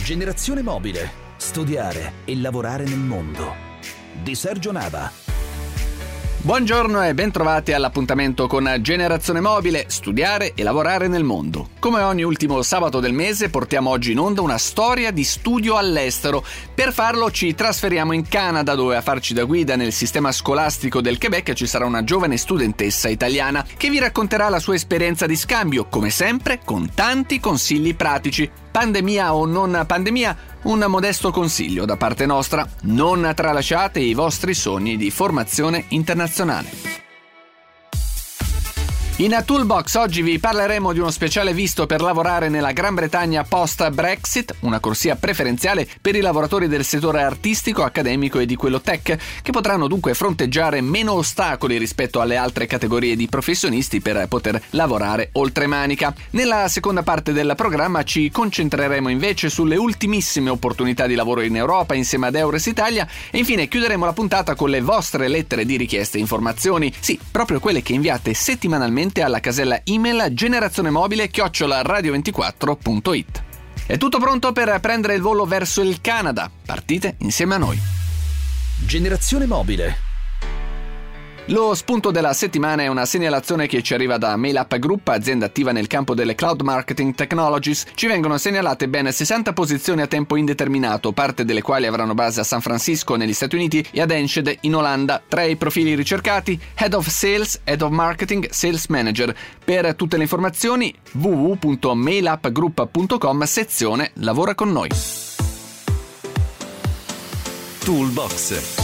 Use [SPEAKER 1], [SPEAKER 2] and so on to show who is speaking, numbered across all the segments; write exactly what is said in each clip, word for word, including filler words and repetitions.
[SPEAKER 1] Generazione mobile. Studiare e lavorare nel mondo. Di Sergio Nava.
[SPEAKER 2] Buongiorno e bentrovati all'appuntamento con Generazione Mobile, studiare e lavorare nel mondo. Come ogni ultimo sabato del mese portiamo oggi in onda una storia di studio all'estero. Per farlo ci trasferiamo in Canada, dove a farci da guida nel sistema scolastico del Quebec ci sarà una giovane studentessa italiana che vi racconterà la sua esperienza di scambio, come sempre con tanti consigli pratici. Pandemia o non pandemia, un modesto consiglio da parte nostra: non tralasciate i vostri sogni di formazione internazionale. In Toolbox oggi vi parleremo di uno speciale visto per lavorare nella Gran Bretagna post-Brexit, una corsia preferenziale per i lavoratori del settore artistico, accademico e di quello tech, che potranno dunque fronteggiare meno ostacoli rispetto alle altre categorie di professionisti per poter lavorare oltremanica. Nella seconda parte del programma ci concentreremo invece sulle ultimissime opportunità di lavoro in Europa insieme ad Eures Italia e infine chiuderemo la puntata con le vostre lettere di richieste e informazioni, sì, proprio quelle che inviate settimanalmente alla casella email generazionemobile chiocciola radio ventiquattro punto it. È tutto pronto per prendere il volo verso il Canada. Partite insieme a noi.
[SPEAKER 1] Generazione mobile.
[SPEAKER 2] Lo spunto della settimana è una segnalazione che ci arriva da MailUp Group, azienda attiva nel campo delle Cloud Marketing Technologies. Ci vengono segnalate ben sessanta posizioni a tempo indeterminato, parte delle quali avranno base a San Francisco negli Stati Uniti e ad Enschede in Olanda. Tra i profili ricercati: Head of Sales, Head of Marketing, Sales Manager. Per tutte le informazioni w w w punto mailupgroup punto com, sezione Lavora con noi.
[SPEAKER 1] Toolbox.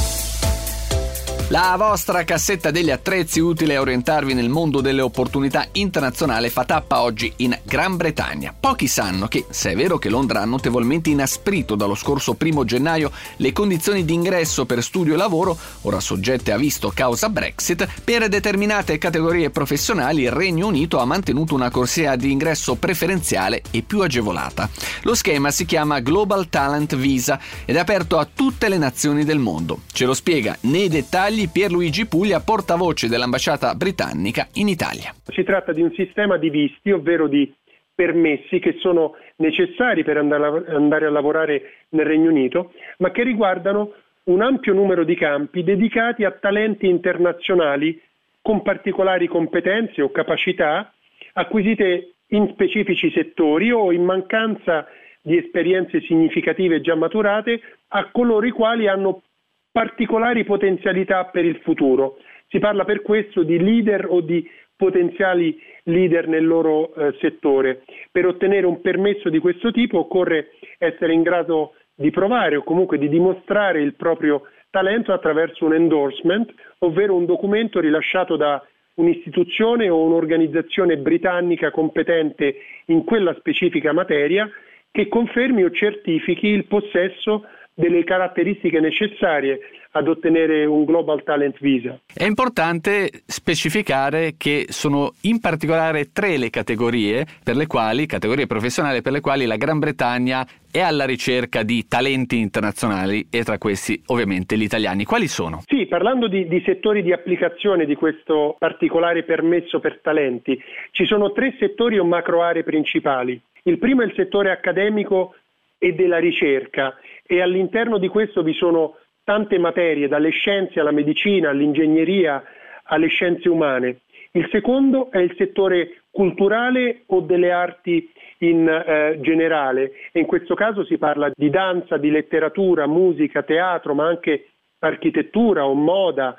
[SPEAKER 2] La vostra cassetta degli attrezzi utile a orientarvi nel mondo delle opportunità internazionali fa tappa oggi in Gran Bretagna. Pochi sanno che, se è vero che Londra ha notevolmente inasprito dallo scorso primo gennaio le condizioni di ingresso per studio e lavoro, ora soggette a visto causa Brexit, per determinate categorie professionali il Regno Unito ha mantenuto una corsia di ingresso preferenziale e più agevolata. Lo schema si chiama Global Talent Visa ed è aperto a tutte le nazioni del mondo. Ce lo spiega nei dettagli Pierluigi Puglia, portavoce dell'ambasciata britannica in Italia.
[SPEAKER 3] Si tratta di un sistema di visti, ovvero di permessi che sono necessari per andare a lavorare nel Regno Unito, ma che riguardano un ampio numero di campi dedicati a talenti internazionali con particolari competenze o capacità acquisite in specifici settori o in mancanza di esperienze significative già maturate a coloro i quali hanno particolari potenzialità per il futuro. Si parla per questo di leader o di potenziali leader nel loro eh, settore. Per ottenere un permesso di questo tipo occorre essere in grado di provare o comunque di dimostrare il proprio talento attraverso un endorsement, ovvero un documento rilasciato da un'istituzione o un'organizzazione britannica competente in quella specifica materia che confermi o certifichi il possesso delle caratteristiche necessarie ad ottenere un Global Talent Visa.
[SPEAKER 2] È importante specificare che sono in particolare tre le categorie per le quali, categorie professionali per le quali la Gran Bretagna è alla ricerca di talenti internazionali e tra questi ovviamente gli italiani. Quali sono?
[SPEAKER 3] Sì, parlando di, di settori di applicazione di questo particolare permesso per talenti, ci sono tre settori o macro aree principali. Il primo è il settore accademico e della ricerca e all'interno di questo vi sono tante materie, dalle scienze alla medicina, all'ingegneria, alle scienze umane. Il secondo è il settore culturale o delle arti in eh, generale e in questo caso si parla di danza, di letteratura, musica, teatro, ma anche architettura o moda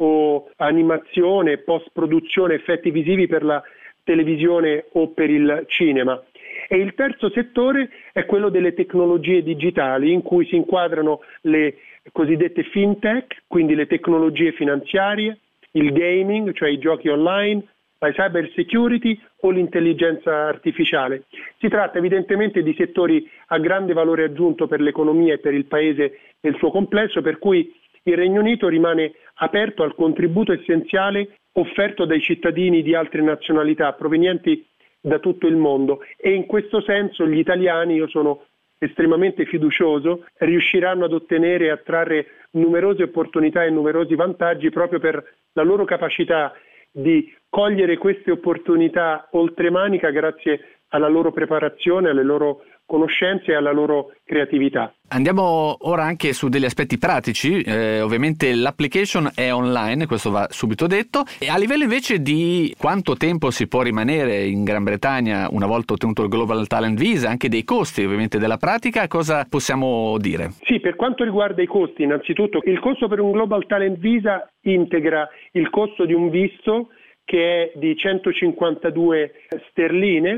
[SPEAKER 3] o animazione, post-produzione, effetti visivi per la televisione o per il cinema. E il terzo settore è quello delle tecnologie digitali, in cui si inquadrano le cosiddette fintech, quindi le tecnologie finanziarie, il gaming, cioè i giochi online, la cyber security o l'intelligenza artificiale. Si tratta evidentemente di settori a grande valore aggiunto per l'economia e per il paese nel suo complesso, per cui il Regno Unito rimane aperto al contributo essenziale offerto dai cittadini di altre nazionalità provenienti da tutto il mondo e in questo senso gli italiani, io sono estremamente fiducioso, riusciranno ad ottenere e a trarre numerose opportunità e numerosi vantaggi proprio per la loro capacità di cogliere queste opportunità oltremanica grazie alla loro preparazione, alle loro conoscenze e alla loro creatività.
[SPEAKER 2] Andiamo ora anche su degli aspetti pratici. Eh, ovviamente l'application è online, questo va subito detto, e a livello invece di quanto tempo si può rimanere in Gran Bretagna una volta ottenuto il Global Talent Visa, anche dei costi ovviamente della pratica, cosa possiamo dire?
[SPEAKER 3] Sì, per quanto riguarda i costi, innanzitutto il costo per un Global Talent Visa integra il costo di un visto che è di centocinquantadue sterline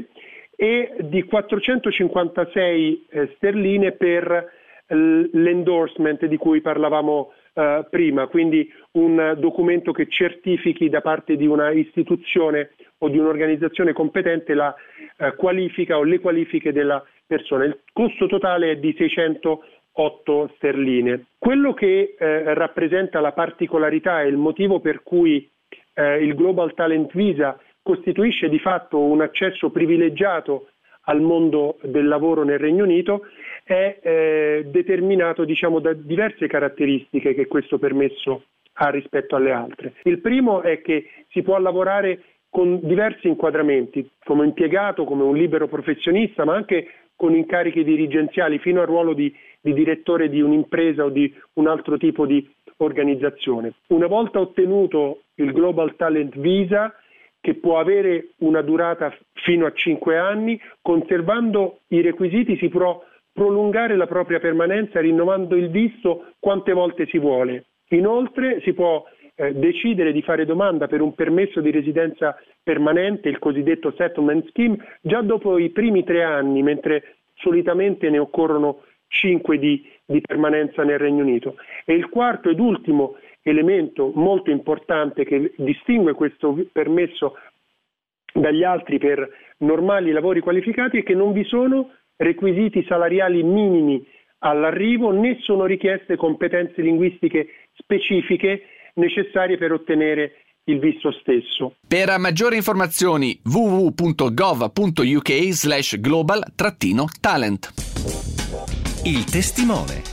[SPEAKER 3] e di quattrocentocinquantasei eh, sterline per l'endorsement di cui parlavamo eh, prima, quindi un documento che certifichi da parte di una istituzione o di un'organizzazione competente la eh, qualifica o le qualifiche della persona. Il costo totale è di seicentootto sterline. Quello che eh, rappresenta la particolarità e il motivo per cui eh, il Global Talent Visa costituisce di fatto un accesso privilegiato al mondo del lavoro nel Regno Unito è eh, determinato diciamo da diverse caratteristiche che questo permesso ha rispetto alle altre. Il primo è che si può lavorare con diversi inquadramenti, come impiegato, come un libero professionista, ma anche con incarichi dirigenziali fino al ruolo di, di direttore di un'impresa o di un altro tipo di organizzazione. Una volta ottenuto il Global Talent Visa, che può avere una durata fino a cinque anni, conservando i requisiti si può prolungare la propria permanenza rinnovando il visto quante volte si vuole. Inoltre si può eh, decidere di fare domanda per un permesso di residenza permanente, il cosiddetto settlement scheme, già dopo i primi tre anni, mentre solitamente ne occorrono cinque di, di permanenza nel Regno Unito. E il quarto ed ultimo elemento molto importante che distingue questo permesso dagli altri per normali lavori qualificati è che non vi sono requisiti salariali minimi all'arrivo né sono richieste competenze linguistiche specifiche necessarie per ottenere il visto stesso.
[SPEAKER 2] Per maggiori informazioni w w w punto gov punto u k slash global trattino talent.
[SPEAKER 1] Il testimone.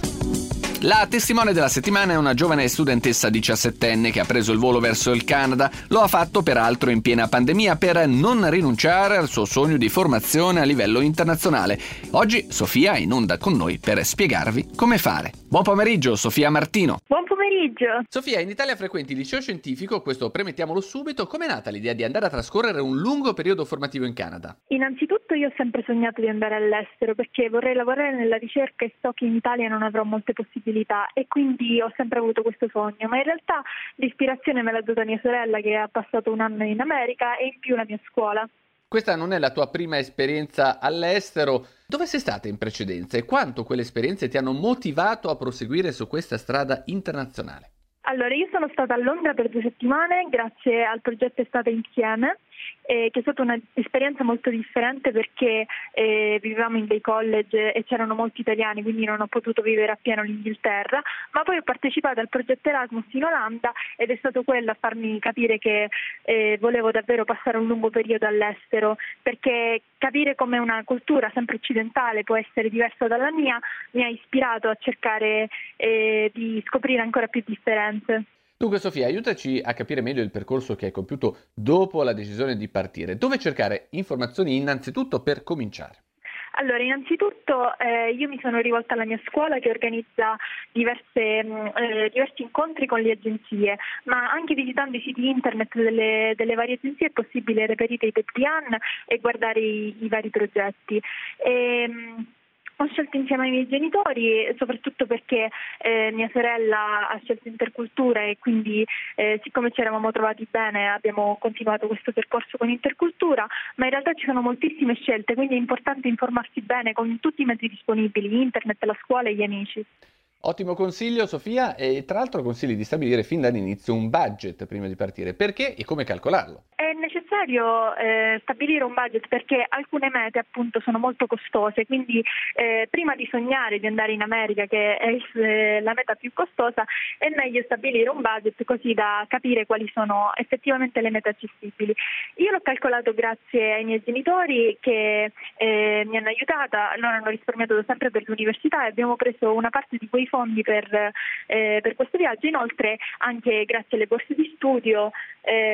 [SPEAKER 2] La testimone della settimana è una giovane studentessa diciassettenne che ha preso il volo verso il Canada. Lo ha fatto peraltro in piena pandemia per non rinunciare al suo sogno di formazione a livello internazionale. Oggi Sofia è in onda con noi per spiegarvi come fare. Buon pomeriggio, Sofia Martino.
[SPEAKER 4] Buon pomeriggio.
[SPEAKER 2] Sofia, in Italia frequenti il liceo scientifico, questo premettiamolo subito. Com'è nata l'idea di andare a trascorrere un lungo periodo formativo in Canada?
[SPEAKER 4] Innanzitutto io ho sempre sognato di andare all'estero perché vorrei lavorare nella ricerca e so che in Italia non avrò molte possibilità e quindi ho sempre avuto questo sogno, ma in realtà l'ispirazione me l'ha data mia sorella che ha passato un anno in America e in più la mia scuola.
[SPEAKER 2] Questa non è la tua prima esperienza all'estero. Dove sei stata in precedenza e quanto quelle esperienze ti hanno motivato a proseguire su questa strada internazionale?
[SPEAKER 4] Allora, io sono stata a Londra per due settimane grazie al progetto Estate Insieme, eh, che è stata un'esperienza molto differente perché eh, vivevamo in dei college e c'erano molti italiani, quindi non ho potuto vivere appieno l'Inghilterra, ma poi ho partecipato al progetto Erasmus in Olanda ed è stato quello a farmi capire che eh, volevo davvero passare un lungo periodo all'estero, perché capire come una cultura sempre occidentale può essere diversa dalla mia mi ha ispirato a cercare eh, di scoprire ancora più differenze.
[SPEAKER 2] Dunque Sofia, aiutaci a capire meglio il percorso che hai compiuto dopo la decisione di partire. Dove cercare informazioni innanzitutto per cominciare?
[SPEAKER 4] Allora, innanzitutto eh, io mi sono rivolta alla mia scuola che organizza diverse, mh, eh, diversi incontri con le agenzie, ma anche visitando i siti internet delle, delle varie agenzie è possibile reperire i plan e guardare i, i vari progetti. E, mh, Ho scelto insieme ai miei genitori, soprattutto perché eh, mia sorella ha scelto intercultura e quindi eh, siccome ci eravamo trovati bene abbiamo continuato questo percorso con intercultura, ma in realtà ci sono moltissime scelte, quindi è importante informarsi bene con tutti i mezzi disponibili, internet, la scuola e gli amici.
[SPEAKER 2] Ottimo consiglio Sofia, e tra l'altro consigli di stabilire fin dall'inizio un budget prima di partire. Perché e come calcolarlo?
[SPEAKER 4] È necessario eh, stabilire un budget perché alcune mete appunto sono molto costose, quindi eh, prima di sognare di andare in America, che è eh, la meta più costosa, è meglio stabilire un budget così da capire quali sono effettivamente le mete accessibili. Io l'ho calcolato grazie ai miei genitori che eh, mi hanno aiutata, loro hanno risparmiato sempre per l'università e abbiamo preso una parte di quei fondi per, eh, per questo viaggio. Inoltre anche grazie alle borse di studio eh,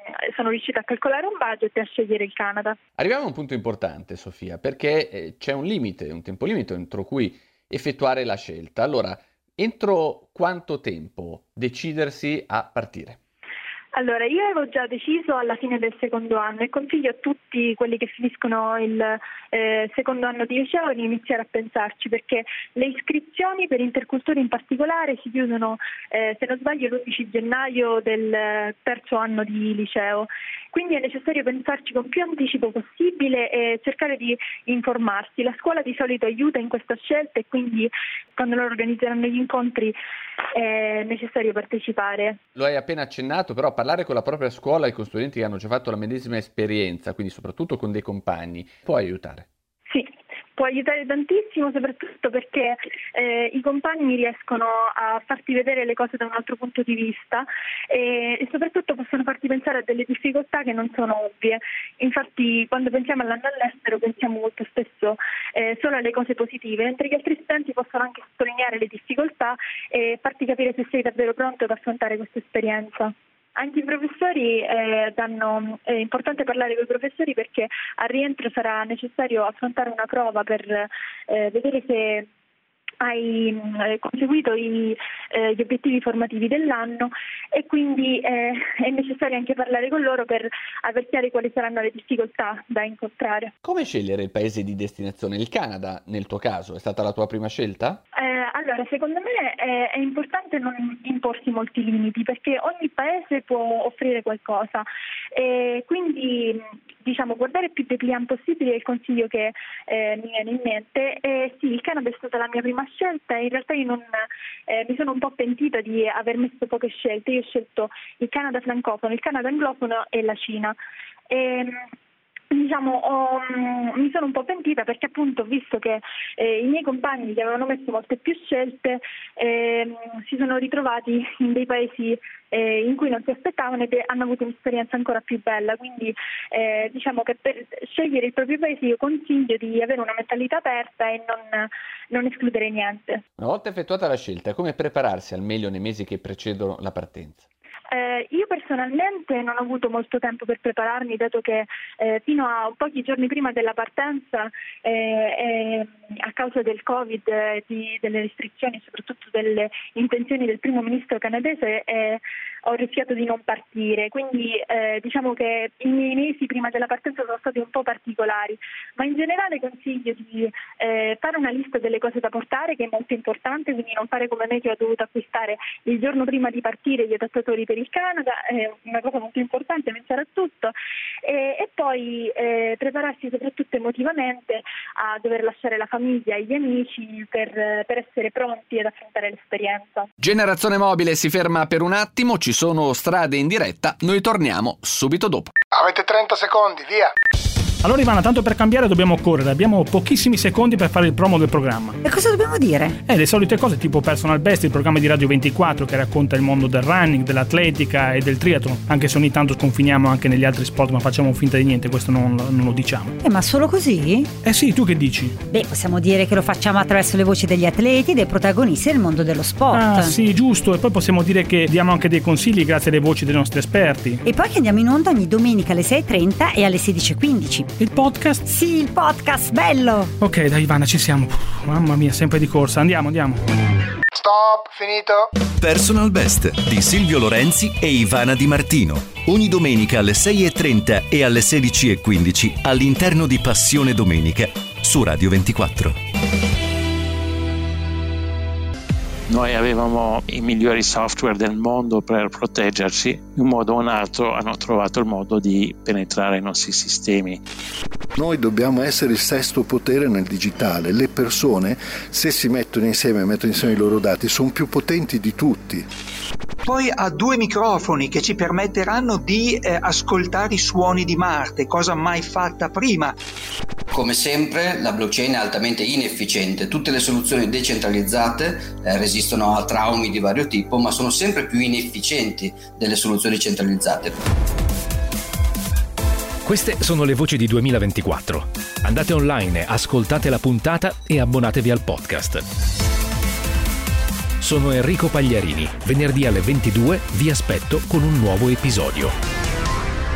[SPEAKER 4] sono riuscita a calcolare un budget e a scegliere il Canada.
[SPEAKER 2] Arriviamo a un punto importante, Sofia, perché eh, c'è un limite, un tempo limite entro cui effettuare la scelta. Allora, entro quanto tempo decidersi a partire?
[SPEAKER 4] Allora, io avevo già deciso alla fine del secondo anno e consiglio a tutti quelli che finiscono il eh, secondo anno di liceo di iniziare a pensarci, perché le iscrizioni per intercultura in particolare si chiudono, eh, se non sbaglio, l'undici gennaio del terzo anno di liceo. Quindi è necessario pensarci con più anticipo possibile e cercare di informarsi. La scuola di solito aiuta in questa scelta e quindi quando loro organizzeranno gli incontri è necessario partecipare.
[SPEAKER 2] Lo hai appena accennato, però parlare con la propria scuola e con studenti che hanno già fatto la medesima esperienza, quindi soprattutto con dei compagni, può aiutare?
[SPEAKER 4] Sì, può aiutare tantissimo, soprattutto perché eh, i compagni riescono a farti vedere le cose da un altro punto di vista e, e soprattutto possono farti pensare a delle difficoltà che non sono ovvie. Infatti quando pensiamo all'anno all'estero pensiamo molto spesso eh, solo alle cose positive, mentre gli altri studenti possono anche sottolineare le difficoltà e farti capire se sei davvero pronto ad affrontare questa esperienza. Anche i professori eh, danno, è importante parlare con i professori perché al rientro sarà necessario affrontare una prova per eh, vedere se hai eh, conseguito i, eh, gli obiettivi formativi dell'anno e quindi eh, è necessario anche parlare con loro per aver chiari quali saranno le difficoltà da incontrare.
[SPEAKER 2] Come scegliere il paese di destinazione? Il Canada, nel tuo caso, è stata la tua prima scelta?
[SPEAKER 4] Eh, allora, secondo me è, è importante non imporsi molti limiti perché ogni paese può offrire qualcosa e quindi diciamo guardare il più dépliant possibile è il consiglio che eh, mi viene in mente. E sì, il Canada è stata la mia prima scelta e in realtà io non, eh, mi sono un po' pentita di aver messo poche scelte. Io ho scelto il Canada francofono, il Canada anglofono e la Cina. E, Diciamo, ho, mi sono un po' pentita perché appunto ho visto che eh, i miei compagni che avevano messo molte più scelte eh, si sono ritrovati in dei paesi eh, in cui non si aspettavano e hanno avuto un'esperienza ancora più bella. Quindi eh, diciamo che per scegliere il proprio paese io consiglio di avere una mentalità aperta e non, non escludere niente.
[SPEAKER 2] Una volta effettuata la scelta, come prepararsi al meglio nei mesi che precedono la partenza?
[SPEAKER 4] Eh, io personalmente non ho avuto molto tempo per prepararmi, dato che eh, fino a pochi giorni prima della partenza, eh, eh, a causa del Covid, eh, di, delle restrizioni, soprattutto delle intenzioni del primo ministro canadese, eh, ho rischiato di non partire. Quindi eh, diciamo che i miei mesi prima della partenza sono stati un po' particolari, ma in generale consiglio di eh, fare una lista delle cose da portare, che è molto importante, quindi non fare come me che ho dovuto acquistare il giorno prima di partire gli adattatori per il Canada, è una cosa molto importante, pensare a tutto e, e poi eh, prepararsi soprattutto emotivamente a dover lasciare la famiglia e gli amici per, per essere pronti ad affrontare l'esperienza.
[SPEAKER 2] Generazione Mobile si ferma per un attimo, ci sono strade in diretta, noi torniamo subito dopo.
[SPEAKER 5] Avete trenta secondi, via!
[SPEAKER 6] Allora Ivana, tanto per cambiare dobbiamo correre, abbiamo pochissimi secondi per fare il promo del programma.
[SPEAKER 7] E cosa dobbiamo dire?
[SPEAKER 6] Eh, le solite cose tipo Personal Best, il programma di Radio ventiquattro che racconta il mondo del running, dell'atletica e del triathlon, anche se ogni tanto sconfiniamo anche negli altri sport ma facciamo finta di niente, questo non, non lo diciamo.
[SPEAKER 7] Eh, ma solo così?
[SPEAKER 6] Eh sì, tu che dici?
[SPEAKER 7] Beh, possiamo dire che lo facciamo attraverso le voci degli atleti e dei protagonisti del mondo dello sport.
[SPEAKER 6] Ah sì, giusto, e poi possiamo dire che diamo anche dei consigli grazie alle voci dei nostri esperti.
[SPEAKER 7] E poi che andiamo in onda ogni domenica alle sei e trenta e alle sedici e quindici.
[SPEAKER 6] Il podcast?
[SPEAKER 7] Sì, il podcast, bello!
[SPEAKER 6] Ok, dai Ivana, ci siamo. Puh, mamma mia, sempre di corsa. Andiamo, andiamo.
[SPEAKER 5] Stop, finito.
[SPEAKER 1] Personal Best di Silvio Lorenzi e Ivana Di Martino. Ogni domenica alle sei e trenta e alle sedici e quindici all'interno di Passione Domenica su Radio ventiquattro.
[SPEAKER 8] Noi avevamo i migliori software del mondo per proteggerci, in un modo o un altro hanno trovato il modo di penetrare i nostri sistemi.
[SPEAKER 9] Noi dobbiamo essere il sesto potere nel digitale. Le persone, se si mettono insieme e mettono insieme i loro dati, sono più potenti di tutti.
[SPEAKER 10] Poi ha due microfoni che ci permetteranno di eh, ascoltare i suoni di Marte, cosa mai fatta prima.
[SPEAKER 11] Come sempre la blockchain è altamente inefficiente, tutte le soluzioni decentralizzate eh, resistono a traumi di vario tipo, ma sono sempre più inefficienti delle soluzioni centralizzate.
[SPEAKER 12] Queste sono le voci di duemilaventiquattro. Andate online, ascoltate la puntata e abbonatevi al podcast. Sono Enrico Pagliarini. Venerdì alle ventidue vi aspetto con un nuovo episodio.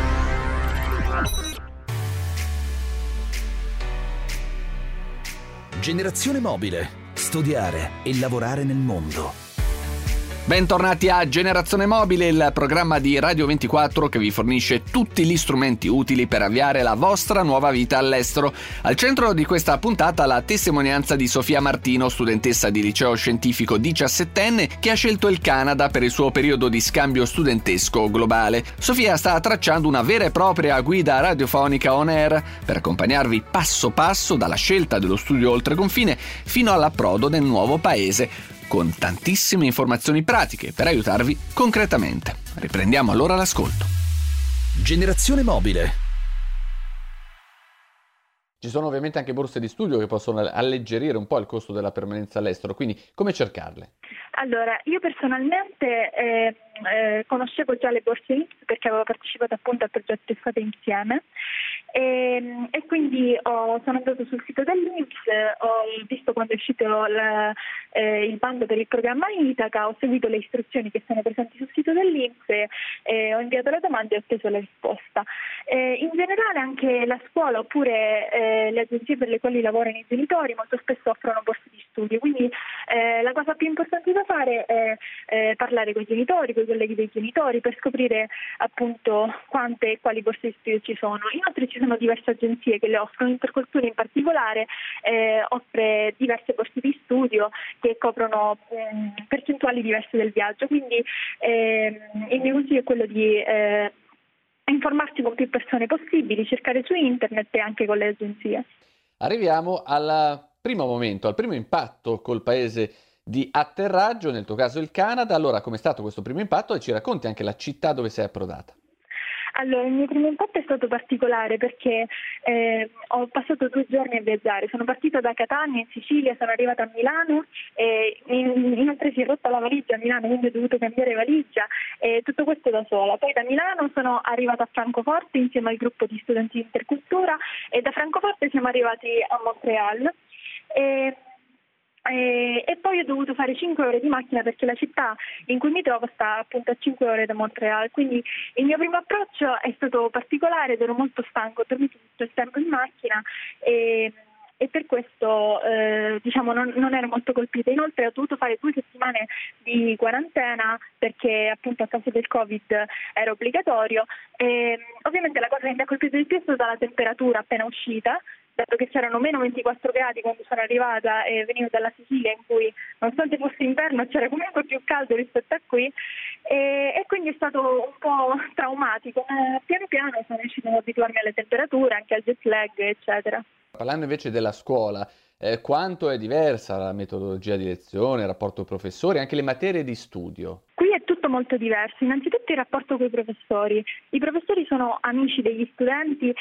[SPEAKER 13] Generazione Mobile. Studiare e lavorare nel mondo.
[SPEAKER 2] Bentornati a Generazione Mobile, il programma di Radio ventiquattro che vi fornisce tutti gli strumenti utili per avviare la vostra nuova vita all'estero. Al centro di questa puntata la testimonianza di Sofia Martino, studentessa di liceo scientifico diciassettenne che ha scelto il Canada per il suo periodo di scambio studentesco globale. Sofia sta tracciando una vera e propria guida radiofonica on air per accompagnarvi passo passo dalla scelta dello studio oltre confine fino all'approdo nel nuovo paese, con tantissime informazioni pratiche per aiutarvi concretamente. Riprendiamo allora l'ascolto.
[SPEAKER 13] Generazione Mobile.
[SPEAKER 2] Ci sono ovviamente anche borse di studio che possono alleggerire un po' il costo della permanenza all'estero, quindi come cercarle?
[SPEAKER 4] Allora, io personalmente eh, eh, conoscevo già le borse I N P S perché avevo partecipato appunto al progetto Estate Insieme e, e quindi ho, sono andato sul sito dell'I N P S, ho visto quando è uscito la, eh, il bando per il programma Itaca, ho seguito le istruzioni che sono presenti sul sito dell'I N P S, eh, ho inviato la domanda e ho otteso la risposta. Eh, in generale anche la scuola oppure eh, le agenzie per le quali lavorano i genitori molto spesso offrono borse di studio, quindi eh, la cosa più importante da fare è eh, parlare con i genitori, con i colleghi dei genitori per scoprire appunto quante e quali borse di studio ci sono. Inoltre ci sono diverse agenzie che le offrono, Intercultura in particolare eh, offre diverse borse di studio che coprono mh, percentuali diverse del viaggio, quindi eh, il mio consiglio è quello di eh, informarsi con più persone possibili, cercare su internet e anche con le agenzie.
[SPEAKER 2] Arriviamo al primo momento, al primo impatto col paese di atterraggio, nel tuo caso il Canada. Allora, com'è stato questo primo impatto e ci racconti anche la città dove sei approdata?
[SPEAKER 4] Allora, il mio primo impatto è stato particolare perché eh, ho passato due giorni a viaggiare. Sono partita da Catania in Sicilia, sono arrivata a Milano e in, inoltre si è rotta la valigia a Milano, quindi ho dovuto cambiare valigia e tutto questo da sola. Poi da Milano sono arrivata a Francoforte insieme al gruppo di studenti di Intercultura e da Francoforte siamo arrivati a Montreal. E, E, e poi ho dovuto fare cinque ore di macchina perché la città in cui mi trovo sta appunto a cinque ore da Montreal, quindi il mio primo approccio è stato particolare ed ero molto stanco, ho dormito tutto il tempo in macchina e, e per questo eh, diciamo non, non ero molto colpita. Inoltre ho dovuto fare due settimane di quarantena perché appunto a causa del Covid era obbligatorio e ovviamente la cosa che mi ha colpito di più è stata la temperatura appena uscita, dato che c'erano meno ventiquattro gradi quando sono arrivata e venivo dalla Sicilia in cui nonostante fosse inverno c'era comunque più caldo rispetto a qui e, e quindi è stato un po' traumatico, ma piano piano sono riuscita ad abituarmi alle temperature, anche al jet lag eccetera.
[SPEAKER 2] Parlando invece della scuola, eh, quanto è diversa la metodologia di lezione, il rapporto professori, anche le materie di studio?
[SPEAKER 4] Qui è tutto molto diverso, innanzitutto il rapporto con i professori. I professori sono amici degli studenti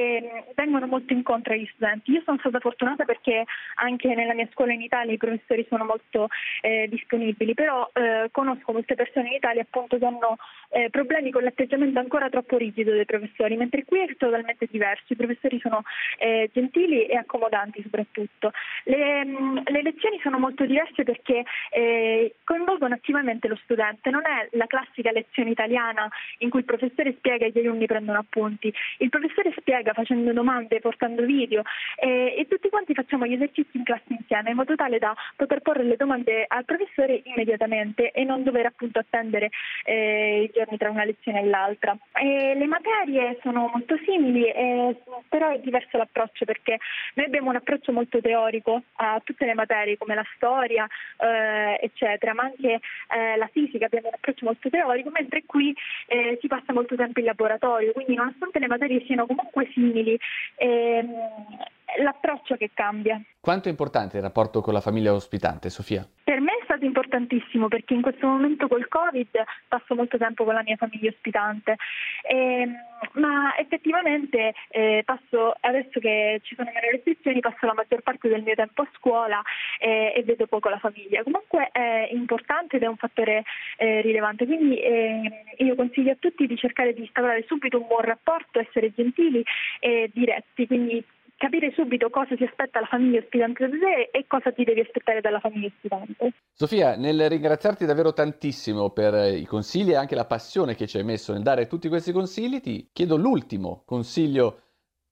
[SPEAKER 4] e vengono molto incontro agli studenti. Io sono stata fortunata perché anche nella mia scuola in Italia i professori sono molto eh, disponibili, però eh, conosco molte persone in Italia appunto che hanno eh, problemi con l'atteggiamento ancora troppo rigido dei professori, mentre qui è totalmente diverso. I professori sono eh, gentili e accomodanti soprattutto. Le, le lezioni sono molto diverse perché eh, coinvolgono attivamente lo studente. Non è la classica lezione italiana in cui il professore spiega e gli alunni prendono appunti. Il professore spiega facendo domande, portando video e, e tutti quanti facciamo gli esercizi in classe insieme in modo tale da poter porre le domande al professore immediatamente e non dover appunto attendere eh, i giorni tra una lezione e l'altra. E le materie sono molto simili, eh, però è diverso l'approccio perché noi abbiamo un approccio molto teorico a tutte le materie come la storia eh, eccetera, ma anche eh, la fisica abbiamo un approccio molto teorico, mentre qui eh, si passa molto tempo in laboratorio, quindi nonostante le materie siano comunque simili, ehm, l'approccio che cambia.
[SPEAKER 2] Quanto è importante il rapporto con la famiglia ospitante, Sofia?
[SPEAKER 4] Per me è stato importantissimo perché in questo momento col Covid passo molto tempo con la mia famiglia ospitante, e, ma effettivamente eh, passo, adesso che ci sono meno restrizioni, passo la maggior parte del mio tempo a scuola eh, e vedo poco la famiglia. Comunque è importante ed è un fattore eh, rilevante, quindi eh, io consiglio a tutti di cercare di instaurare subito un buon rapporto, essere gentili e diretti, quindi capire subito cosa si aspetta la famiglia ospitante da te e cosa ti devi aspettare dalla famiglia ospitante.
[SPEAKER 2] Sofia, nel ringraziarti davvero tantissimo per i consigli e anche la passione che ci hai messo nel dare tutti questi consigli, ti chiedo l'ultimo consiglio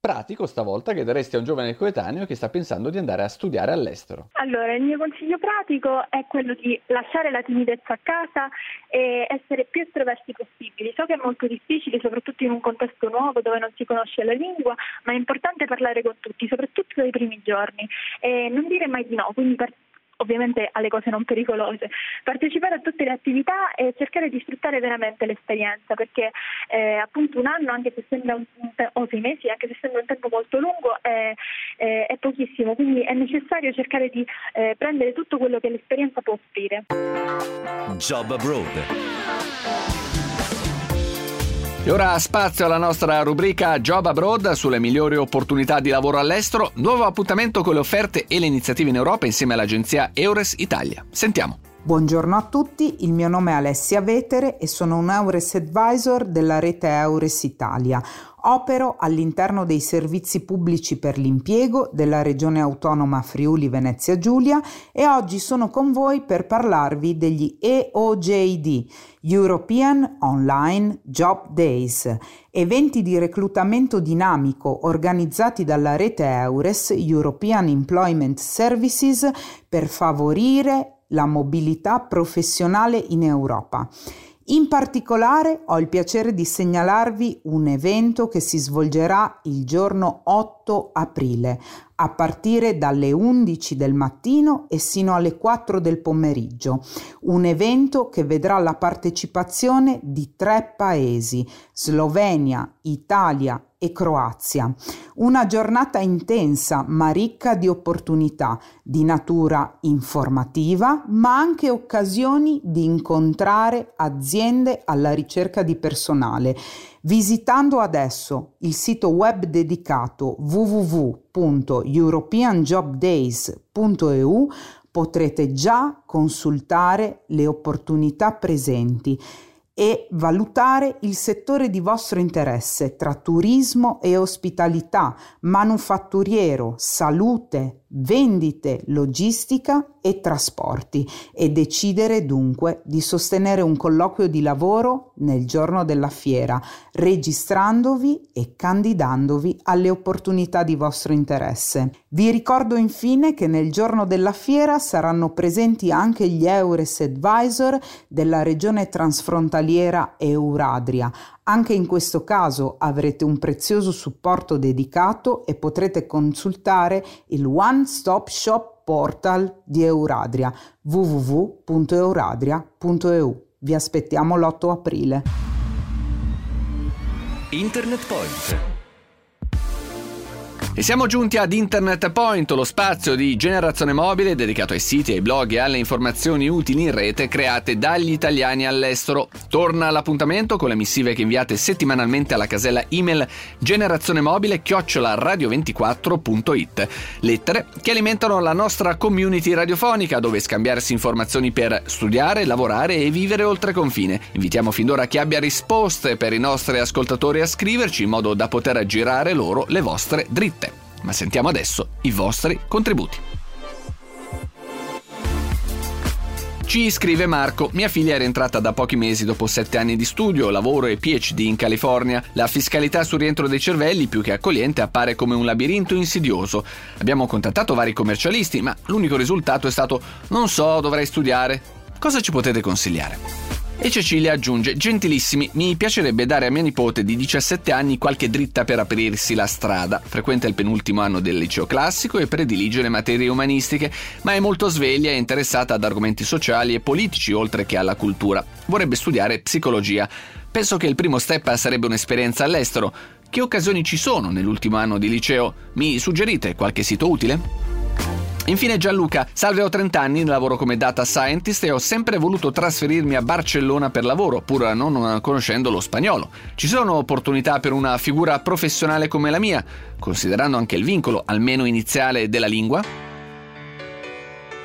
[SPEAKER 2] pratico stavolta che daresti a un giovane coetaneo che sta pensando di andare a studiare all'estero?
[SPEAKER 4] Allora, il mio consiglio pratico è quello di lasciare la timidezza a casa e essere più estroversi possibili. So che è molto difficile, soprattutto in un contesto nuovo dove non si conosce la lingua, ma è importante parlare con tutti, soprattutto nei primi giorni, e non dire mai di no, quindi per ovviamente alle cose non pericolose, partecipare a tutte le attività e cercare di sfruttare veramente l'esperienza, perché eh, appunto un anno, anche se sembra un, un te- o sei mesi, anche se sembra un tempo molto lungo, è, è, è pochissimo, quindi è necessario cercare di eh, prendere tutto quello che l'esperienza può offrire.
[SPEAKER 1] Job Abroad.
[SPEAKER 2] E ora spazio alla nostra rubrica Job Abroad sulle migliori opportunità di lavoro all'estero. Nuovo appuntamento con le offerte e le iniziative in Europa insieme all'agenzia Eures Italia. Sentiamo.
[SPEAKER 14] Buongiorno a tutti, il mio nome è Alessia Vetere e sono un Eures Advisor della rete Eures Italia. Opero all'interno dei servizi pubblici per l'impiego della Regione Autonoma Friuli Venezia Giulia e oggi sono con voi per parlarvi degli E O J D, European Online Job Days, eventi di reclutamento dinamico organizzati dalla rete Eures, European Employment Services, per favorire la mobilità professionale in Europa. In particolare ho il piacere di segnalarvi un evento che si svolgerà il giorno otto aprile, a partire dalle undici del mattino e sino alle quattro del pomeriggio. Un evento che vedrà la partecipazione di tre paesi, Slovenia, Italia e Croazia. Una giornata intensa ma ricca di opportunità di natura informativa, ma anche occasioni di incontrare aziende alla ricerca di personale. Visitando adesso il sito web dedicato w w w punto european job days punto e u potrete già consultare le opportunità presenti e valutare il settore di vostro interesse tra turismo e ospitalità, manufatturiero, salute, vendite, logistica e trasporti e decidere dunque di sostenere un colloquio di lavoro nel giorno della fiera, registrandovi e candidandovi alle opportunità di vostro interesse. Vi ricordo infine che nel giorno della fiera saranno presenti anche gli Eures Advisor della regione transfrontaliera Euradria. Anche in questo caso avrete un prezioso supporto dedicato e potrete consultare il One Stop Shop portal di Euradria, w w w punto euradria punto e u. Vi aspettiamo l'otto aprile.
[SPEAKER 1] Internet Point.
[SPEAKER 2] E siamo giunti ad Internet Point, lo spazio di Generazione Mobile dedicato ai siti, ai blog e alle informazioni utili in rete create dagli italiani all'estero. Torna l'appuntamento con le missive che inviate settimanalmente alla casella email generazionemobile chiocciola radio ventiquattro punto it. Lettere che alimentano la nostra community radiofonica, dove scambiarsi informazioni per studiare, lavorare e vivere oltre confine. Invitiamo fin d'ora chi abbia risposte per i nostri ascoltatori a scriverci in modo da poter aggirare loro le vostre dritte. Ma sentiamo adesso i vostri contributi. Ci scrive Marco: mia figlia è rientrata da pochi mesi dopo sette anni di studio, lavoro e P H D in California. La fiscalità sul rientro dei cervelli, più che accogliente, appare come un labirinto insidioso. Abbiamo contattato vari commercialisti, ma l'unico risultato è stato: non so, dovrei studiare. Cosa ci potete consigliare? E Cecilia aggiunge: gentilissimi, mi piacerebbe dare a mia nipote di diciassette anni qualche dritta per aprirsi la strada. Frequenta il penultimo anno del liceo classico e predilige le materie umanistiche, ma è molto sveglia e interessata ad argomenti sociali e politici oltre che alla cultura. Vorrebbe studiare psicologia. Penso che il primo step sarebbe un'esperienza all'estero. Che occasioni ci sono nell'ultimo anno di liceo? Mi suggerite qualche sito utile? Infine Gianluca: salve, ho trenta anni, lavoro come data scientist e ho sempre voluto trasferirmi a Barcellona per lavoro, pur non conoscendo lo spagnolo. Ci sono opportunità per una figura professionale come la mia, considerando anche il vincolo, almeno iniziale, della lingua?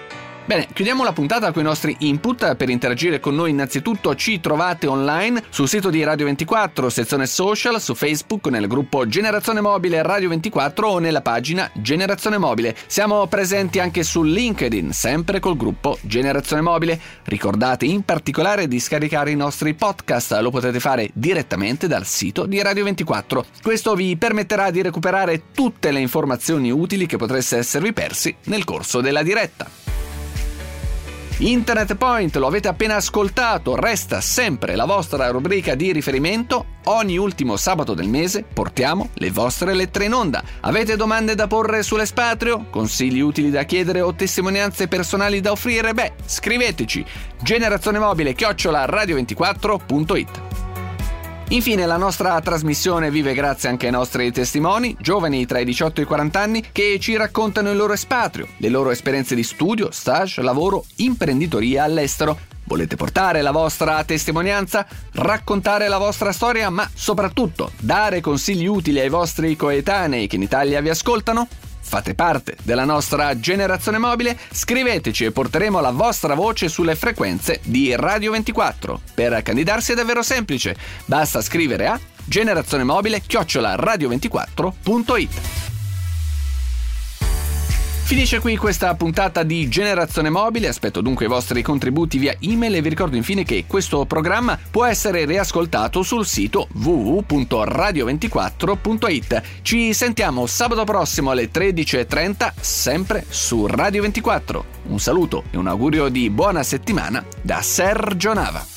[SPEAKER 2] Bene, chiudiamo la puntata con i nostri input. Per interagire con noi innanzitutto ci trovate online sul sito di Radio ventiquattro, sezione social, su Facebook nel gruppo Generazione Mobile Radio ventiquattro o nella pagina Generazione Mobile. Siamo presenti anche su LinkedIn, sempre col gruppo Generazione Mobile. Ricordate in particolare di scaricare i nostri podcast, lo potete fare direttamente dal sito di Radio ventiquattro. Questo vi permetterà di recuperare tutte le informazioni utili che potreste esservi persi nel corso della diretta. Internet Point, lo avete appena ascoltato, resta sempre la vostra rubrica di riferimento. Ogni ultimo sabato del mese portiamo le vostre lettere in onda. Avete domande da porre sull'espatrio? Consigli utili da chiedere o testimonianze personali da offrire? Beh, scriveteci generazionemobile chiocciola radio ventiquattro punto it. Infine la nostra trasmissione vive grazie anche ai nostri testimoni, giovani tra i diciotto e i quaranta anni, che ci raccontano il loro espatrio, le loro esperienze di studio, stage, lavoro, imprenditoria all'estero. Volete portare la vostra testimonianza, raccontare la vostra storia, ma soprattutto dare consigli utili ai vostri coetanei che in Italia vi ascoltano? Fate parte della nostra generazione mobile? Scriveteci e porteremo la vostra voce sulle frequenze di Radio ventiquattro. Per candidarsi è davvero semplice, basta scrivere a generazionemobile chiocciola radio ventiquattro punto it. Finisce qui questa puntata di Generazione Mobile, aspetto dunque i vostri contributi via email e vi ricordo infine che questo programma può essere riascoltato sul sito w w w punto radio ventiquattro punto it. Ci sentiamo sabato prossimo alle tredici e trenta, sempre su Radio ventiquattro. Un saluto e un augurio di buona settimana da Sergio Nava.